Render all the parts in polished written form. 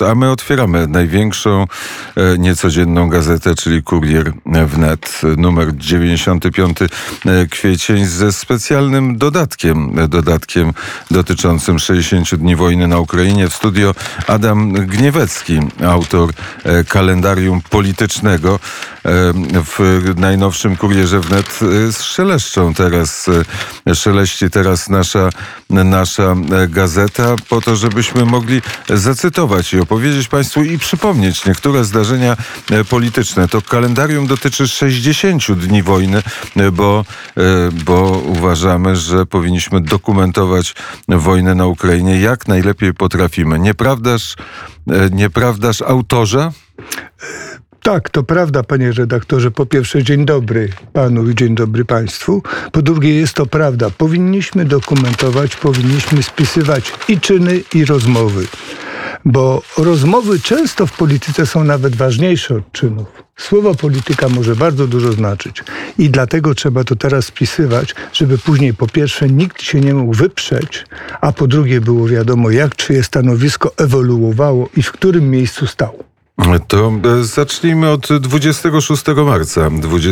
A my otwieramy największą niecodzienną gazetę, czyli Kurier Wnet, numer 95 kwiecień ze specjalnym dodatkiem dotyczącym 60 dni wojny na Ukrainie. W studio Adam Gniewecki, autor kalendarium politycznego. W najnowszym Kurierze Wnet szeleści teraz nasza gazeta po to, żebyśmy mogli zacytować i opowiedzieć Państwu i przypomnieć niektóre zdarzenia polityczne. To kalendarium dotyczy 60 dni wojny, bo uważamy, że powinniśmy dokumentować wojnę na Ukrainie jak najlepiej potrafimy. Nieprawdaż, autorze? Tak, to prawda, panie redaktorze. Po pierwsze, dzień dobry panu i dzień dobry państwu. Po drugie, jest to prawda. Powinniśmy dokumentować, powinniśmy spisywać i czyny, i rozmowy. Bo rozmowy często w polityce są nawet ważniejsze od czynów. Słowo polityka może bardzo dużo znaczyć. I dlatego trzeba to teraz spisywać, żeby później po pierwsze nikt się nie mógł wyprzeć, a po drugie było wiadomo, jak czyje stanowisko ewoluowało i w którym miejscu stało. To zacznijmy od 26 marca.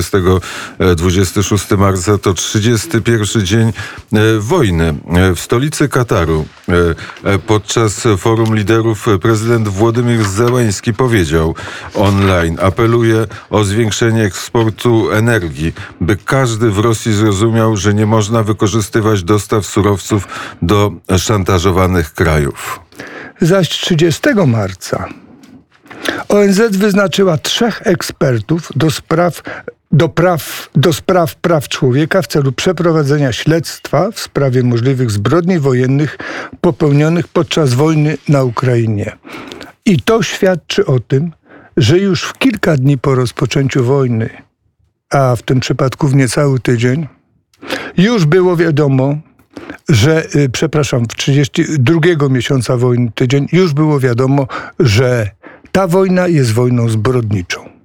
26 marca to 31 dzień wojny. W stolicy Kataru podczas forum liderów prezydent Włodymyr Zełenski powiedział online: apeluję o zwiększenie eksportu energii, by każdy w Rosji zrozumiał, że nie można wykorzystywać dostaw surowców do szantażowanych krajów. Zaś 30 marca ONZ wyznaczyła 3 ekspertów do spraw praw człowieka w celu przeprowadzenia śledztwa w sprawie możliwych zbrodni wojennych popełnionych podczas wojny na Ukrainie. I to świadczy o tym, że już w kilka dni po rozpoczęciu wojny, a w tym przypadku w niecały tydzień, już było wiadomo, w 32 miesiąca wojny tydzień już było wiadomo, że ta wojna jest wojną zbrodniczą.